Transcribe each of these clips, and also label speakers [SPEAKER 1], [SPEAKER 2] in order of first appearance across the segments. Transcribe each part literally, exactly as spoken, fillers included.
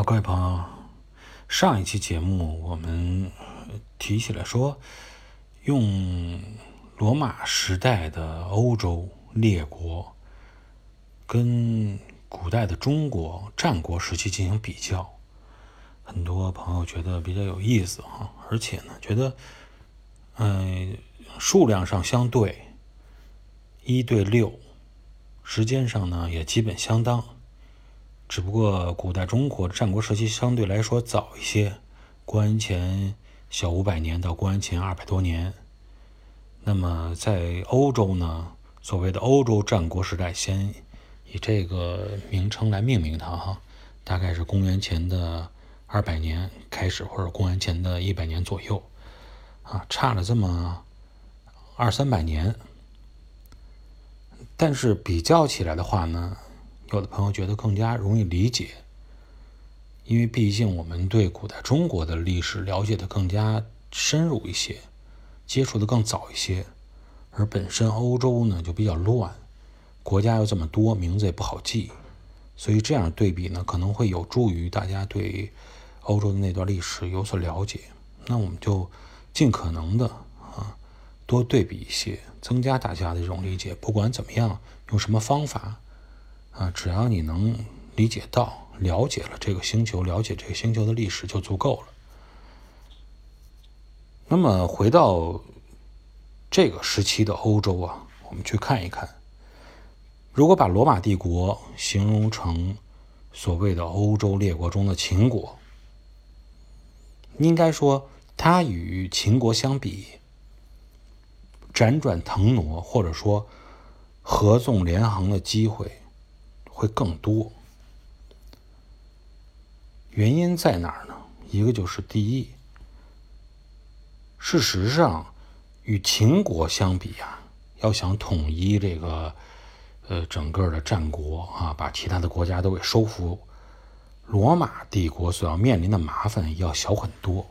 [SPEAKER 1] 各位朋友，上一期节目我们提起来说，用罗马时代的欧洲列国跟古代的中国战国时期进行比较，很多朋友觉得比较有意思哈，而且呢，觉得嗯、呃、数量上相对，一对六，时间上呢也基本相当。只不过古代中国战国时期相对来说早一些，公元前小五百年到公元前二百多年。那么在欧洲呢，所谓的欧洲战国时代，先以这个名称来命名它哈，大概是公元前的二百年开始，或者公元前的一百年左右啊，差了这么二三百年。但是比较起来的话呢，有的朋友觉得更加容易理解，因为毕竟我们对古代中国的历史了解的更加深入一些，接触的更早一些，而本身欧洲呢就比较乱，国家又这么多，名字也不好记，所以这样对比呢可能会有助于大家对欧洲的那段历史有所了解。那我们就尽可能的啊多对比一些，增加大家的这种理解。不管怎么样，用什么方法啊，只要你能理解到、了解了这个星球，了解这个星球的历史就足够了。那么回到这个时期的欧洲啊，我们去看一看，如果把罗马帝国形容成所谓的欧洲列国中的秦国，应该说它与秦国相比，辗转腾挪或者说合纵连横的机会会更多。原因在哪儿呢？一个就是第一，事实上与秦国相比啊，要想统一这个呃整个的战国啊，把其他的国家都给收服，罗马帝国所要面临的麻烦要小很多。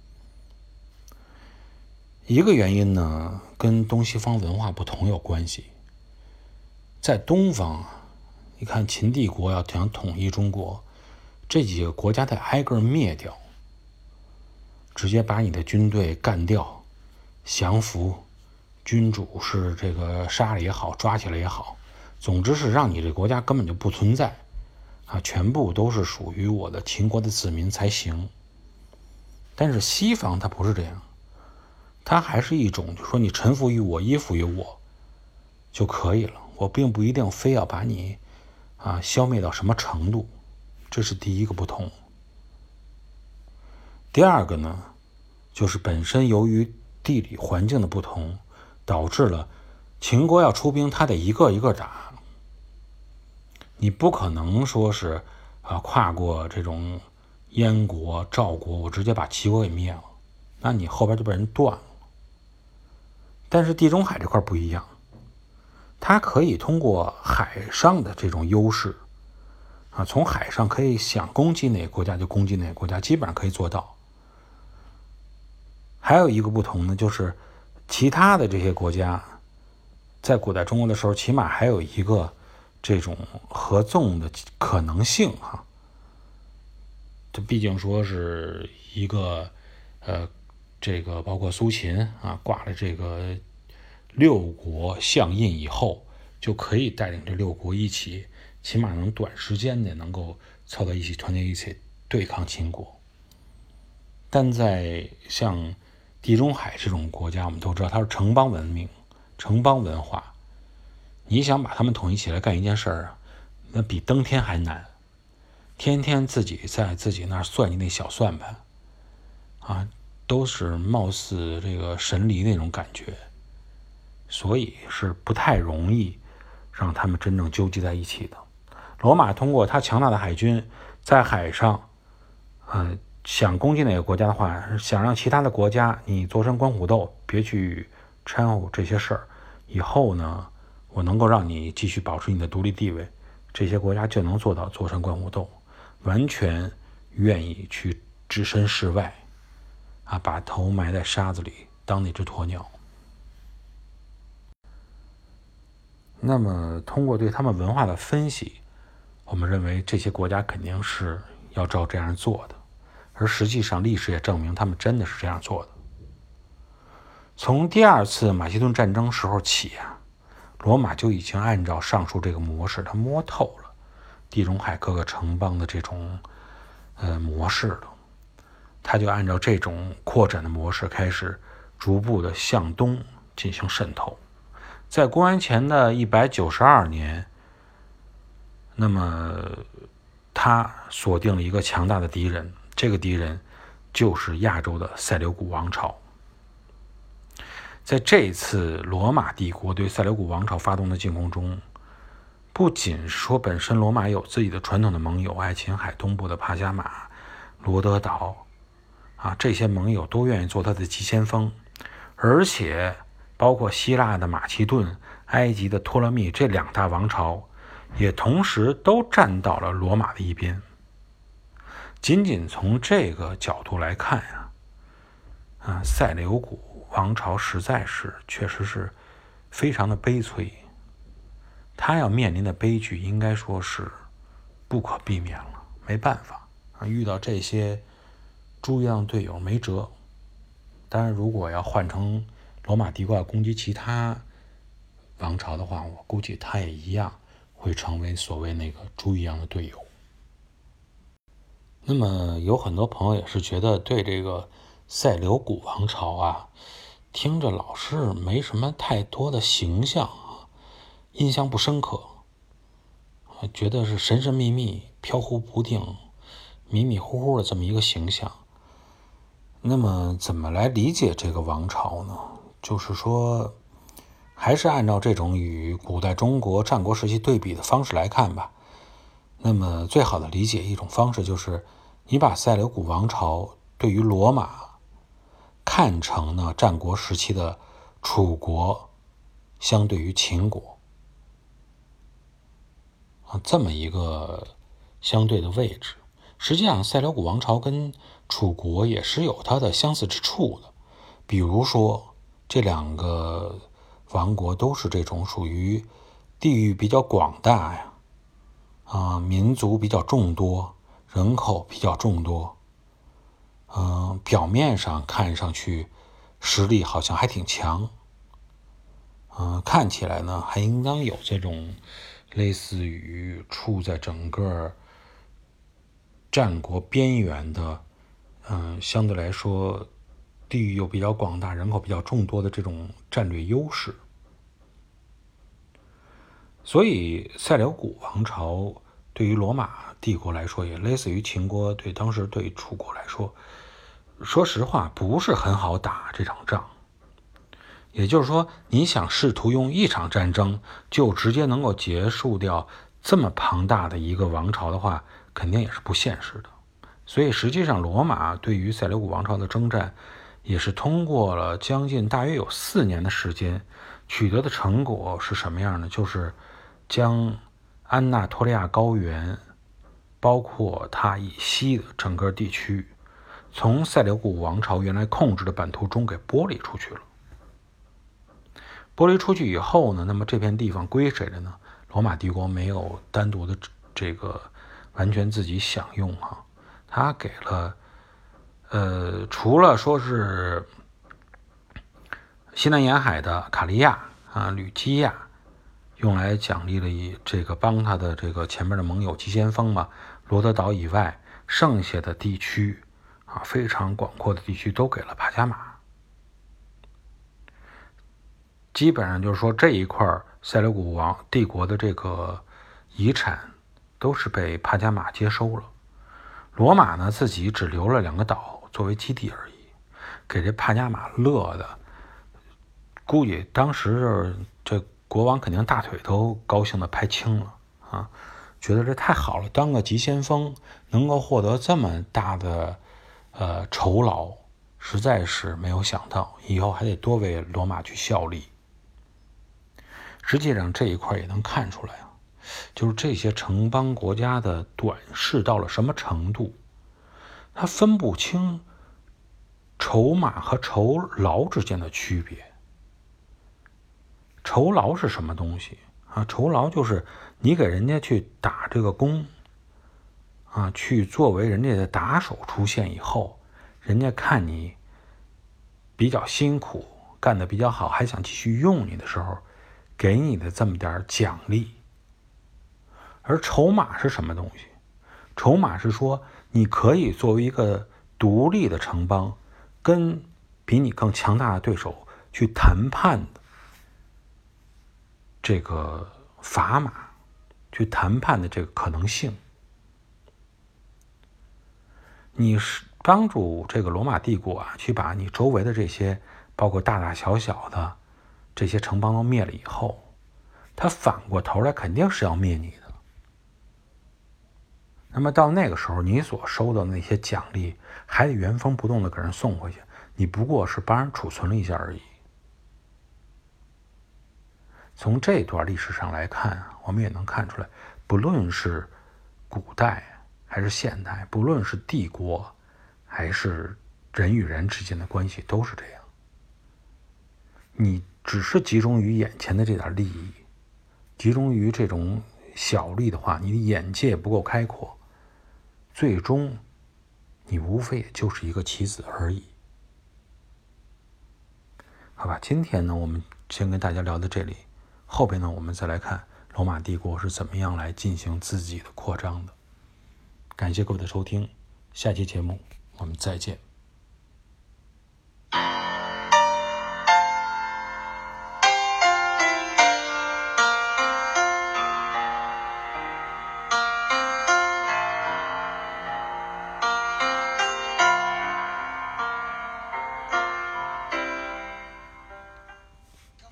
[SPEAKER 1] 一个原因呢，跟东西方文化不同有关系。在东方，你看秦帝国要想统一中国，这几个国家得挨个灭掉，直接把你的军队干掉，降服，君主是这个杀了也好，抓起来也好，总之是让你这国家根本就不存在啊，全部都是属于我的秦国的子民才行。但是西方它不是这样，它还是一种就是说你臣服于我，依附于我就可以了，我并不一定非要把你啊消灭到什么程度，这是第一个不同。第二个呢，就是本身由于地理环境的不同，导致了秦国要出兵，他得一个一个打，你不可能说是啊跨过这种燕国、赵国，我直接把齐国给灭了，那你后边就被人断了。但是地中海这块不一样，它可以通过海上的这种优势啊，从海上可以想攻击哪个国家就攻击哪个国家，基本上可以做到。还有一个不同呢，就是其他的这些国家在古代中国的时候，起码还有一个这种合纵的可能性哈。这毕竟说是一个呃，这个包括苏秦啊，挂了这个六国相印以后，就可以带领这六国一起，起码能短时间内能够凑到一起，团结一起对抗秦国。但在像地中海这种国家，我们都知道它是城邦文明、城邦文化，你想把他们统一起来干一件事儿啊，那比登天还难。天天自己在自己那儿算计那小算盘啊，都是貌似这个神离那种感觉，所以是不太容易让他们真正纠集在一起的。罗马通过他强大的海军，在海上呃想攻击哪个国家的话，想让其他的国家你坐山观虎斗，别去掺和这些事儿，以后呢我能够让你继续保持你的独立地位，这些国家就能做到坐山观虎斗，完全愿意去置身事外啊，把头埋在沙子里当那只鸵鸟。那么通过对他们文化的分析，我们认为这些国家肯定是要照这样做的，而实际上历史也证明他们真的是这样做的。从第二次马其顿战争时候起啊，罗马就已经按照上述这个模式，他摸透了地中海各个城邦的这种呃模式了，他就按照这种扩展的模式开始逐步的向东进行渗透。在公元前的一百九十二年，那么他锁定了一个强大的敌人，这个敌人就是亚洲的塞琉古王朝。在这一次罗马帝国对塞琉古王朝发动的进攻中，不仅说本身罗马有自己的传统的盟友，爱琴海东部的帕加马、罗德岛啊，这些盟友都愿意做他的急先锋，而且包括希腊的马其顿、埃及的托勒密这两大王朝也同时都站到了罗马的一边。仅仅从这个角度来看啊，啊塞琉古王朝实在是确实是非常的悲催，他要面临的悲剧应该说是不可避免了，没办法啊，遇到这些猪一样队友没辙。当然如果要换成罗马帝国要攻击其他王朝的话，我估计他也一样会成为所谓那个猪一样的队友。那么有很多朋友也是觉得对这个塞琉古王朝啊，听着老是没什么太多的形象啊，印象不深刻，觉得是神神秘秘、飘忽不定、迷迷糊糊的这么一个形象。那么怎么来理解这个王朝呢？就是说还是按照这种与古代中国战国时期对比的方式来看吧。那么最好的理解一种方式就是你把塞琉古王朝对于罗马看成呢战国时期的楚国相对于秦国啊，这么一个相对的位置。实际上塞琉古王朝跟楚国也是有它的相似之处的，比如说这两个王国都是这种属于地域比较广大呀，啊，民族比较众多，人口比较众多，嗯、呃，表面上看上去实力好像还挺强，嗯、呃，看起来呢还应当有这种类似于处在整个战国边缘的，嗯、呃，相对来说地域又比较广大，人口比较众多的这种战略优势。所以塞琉古王朝对于罗马帝国来说，也类似于秦国对当时对楚国来说，说实话不是很好打这场仗。也就是说，你想试图用一场战争就直接能够结束掉这么庞大的一个王朝的话，肯定也是不现实的。所以实际上罗马对于塞琉古王朝的征战，也是通过了将近大约有四年的时间，取得的成果是什么样呢？就是将安纳托利亚高原包括它以西的整个地区从塞琉古王朝原来控制的版图中给剥离出去了。剥离出去以后呢，那么这片地方归谁了呢？罗马帝国没有单独的这个完全自己享用啊，他给了呃，除了说是西南沿海的卡利亚啊、吕基亚用来奖励了以这个帮他的这个前面的盟友急先锋嘛，罗德岛以外，剩下的地区啊，非常广阔的地区都给了帕加马。基本上就是说这一块塞琉古王帝国的这个遗产都是被帕加马接收了。罗马呢自己只留了两个岛作为基地而已，给这帕加马乐的，估计当时这国王肯定大腿都高兴的拍青了啊，觉得这太好了，当个急先锋能够获得这么大的呃酬劳，实在是没有想到以后还得多为罗马去效力。实际上这一块也能看出来啊，就是这些城邦国家的短视到了什么程度，他分不清酬马和酬劳之间的区别。酬劳是什么东西啊？酬劳就是你给人家去打这个工啊， 啊，去作为人家的打手出现以后，人家看你比较辛苦，干得比较好，还想继续用你的时候，给你的这么点奖励。而筹码是什么东西？筹码是说，你可以作为一个独立的城邦，跟比你更强大的对手去谈判的这个砝码，去谈判的这个可能性。你是帮助这个罗马帝国啊，去把你周围的这些包括大大小小的这些城邦都灭了以后，他反过头来肯定是要灭你的。那么到那个时候，你所收到的那些奖励还得原封不动的给人送回去，你不过是帮人储存了一下而已。从这段历史上来看啊，我们也能看出来，不论是古代还是现代，不论是帝国还是人与人之间的关系，都是这样。你只是集中于眼前的这点利益，集中于这种小利的话，你的眼界不够开阔，最终你无非也就是一个棋子而已。好吧，今天呢，我们先跟大家聊到这里，后边呢，我们再来看罗马帝国是怎么样来进行自己的扩张的。感谢各位的收听，下期节目我们再见。